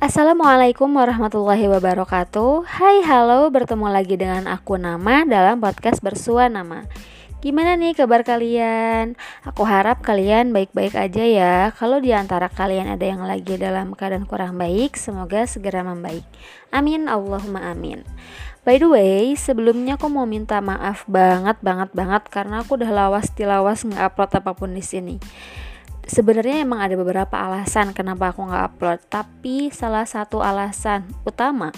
Assalamualaikum warahmatullahi wabarakatuh. Hai, halo, bertemu lagi dengan aku Nama dalam podcast Bersua Nama. Gimana nih kabar kalian? Aku harap kalian baik-baik aja ya. Kalau di antara kalian ada yang lagi dalam keadaan kurang baik, semoga segera membaik. Amin, Allahumma amin. By the way, sebelumnya aku mau minta maaf banget karena aku udah lawas nge-upload apapun di sini. Sebenarnya emang ada beberapa alasan kenapa aku nggak upload, tapi salah satu alasan utama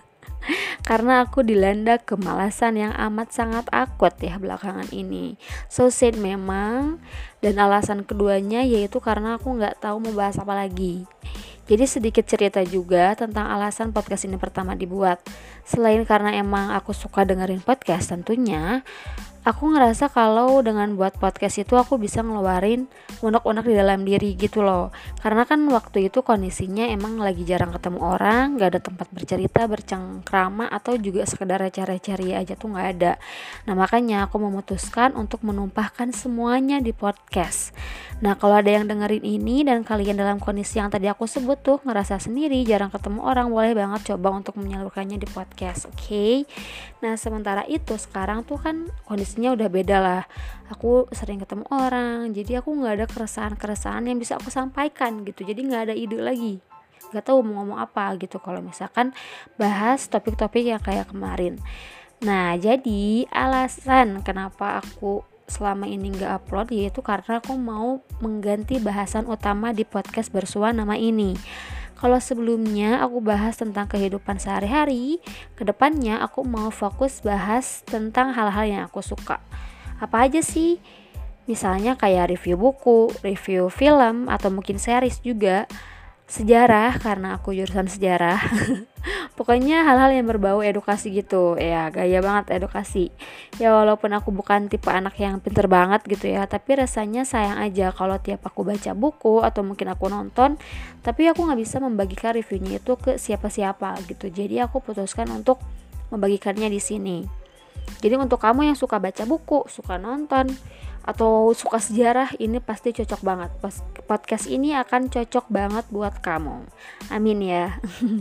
karena aku dilanda kemalasan yang amat sangat akut ya belakangan ini. So sad memang. Dan alasan keduanya yaitu karena aku nggak tahu mau bahas apa lagi. Jadi sedikit cerita juga tentang alasan podcast ini pertama dibuat. Selain karena emang aku suka dengerin podcast tentunya, aku ngerasa kalau dengan buat podcast itu aku bisa ngeluarin unek-unek di dalam diri gitu loh. Karena kan waktu itu kondisinya emang lagi jarang ketemu orang, gak ada tempat bercerita, bercengkrama, atau juga sekedar cari-cari aja tuh gak ada. Nah makanya aku memutuskan untuk menumpahkan semuanya di podcast. Nah kalau ada yang dengerin ini dan kalian dalam kondisi yang tadi aku sebut tuh ngerasa sendiri, jarang ketemu orang, boleh banget coba untuk menyalurkannya di podcast, oke? Nah sementara itu sekarang tuh kan kondisinya udah beda lah. Aku sering ketemu orang, jadi aku nggak ada keresahan yang bisa aku sampaikan gitu. Jadi nggak ada ide lagi, nggak tahu mau ngomong apa gitu. Kalau misalkan bahas topik-topik yang kayak kemarin. Nah jadi alasan kenapa aku selama ini nggak upload yaitu karena aku mau mengganti bahasan utama di podcast Bersua Nama ini. Kalau sebelumnya aku bahas tentang kehidupan sehari-hari, kedepannya aku mau fokus bahas tentang hal-hal yang aku suka. Apa aja sih? Misalnya kayak review buku, review film, atau mungkin series juga. Sejarah, karena aku jurusan sejarah. Pokoknya hal-hal yang berbau edukasi gitu. Ya, gaya banget edukasi. Ya walaupun aku bukan tipe anak yang pinter banget gitu ya, tapi rasanya sayang aja kalau tiap aku baca buku atau mungkin aku nonton, tapi aku gak bisa membagikan reviewnya itu ke siapa-siapa gitu. Jadi aku putuskan untuk membagikannya di sini. Jadi untuk kamu yang suka baca buku, suka nonton, atau suka sejarah, ini pasti cocok banget. Podcast ini akan cocok banget buat kamu. Amin ya.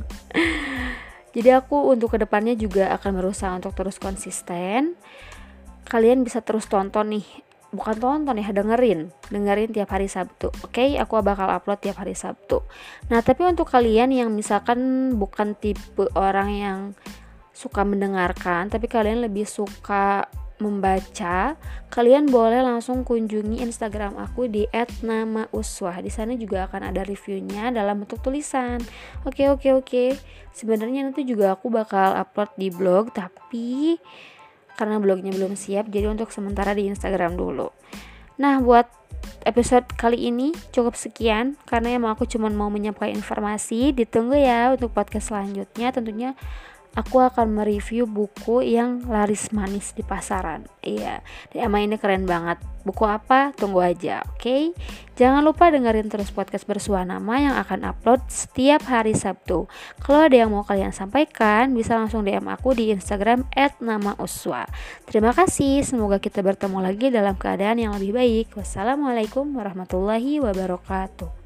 Jadi aku untuk kedepannya juga akan berusaha untuk terus konsisten. Kalian bisa terus tonton nih. Bukan tonton ya, dengerin tiap hari Sabtu. Oke, aku bakal upload tiap hari Sabtu. Nah, tapi untuk kalian yang misalkan bukan tipe orang yang suka mendengarkan, tapi kalian lebih suka membaca, kalian boleh langsung kunjungi Instagram aku di @namauswah. Di sana juga akan ada reviewnya dalam bentuk tulisan. Oke. Sebenarnya nanti juga aku bakal upload di blog, tapi karena blognya belum siap, jadi untuk sementara di Instagram dulu. Nah, buat episode kali ini cukup sekian karena emang aku cuma mau menyampaikan informasi. Ditunggu ya untuk podcast selanjutnya. Tentunya aku akan mereview buku yang laris manis di pasaran. Iya, emang ini keren banget. Buku apa? Tunggu aja, oke? Jangan lupa dengerin terus podcast Bersua Nama yang akan upload setiap hari Sabtu. Kalau ada yang mau kalian sampaikan, bisa langsung DM aku di Instagram @namauswa. Terima kasih, semoga kita bertemu lagi dalam keadaan yang lebih baik. Wassalamualaikum warahmatullahi wabarakatuh.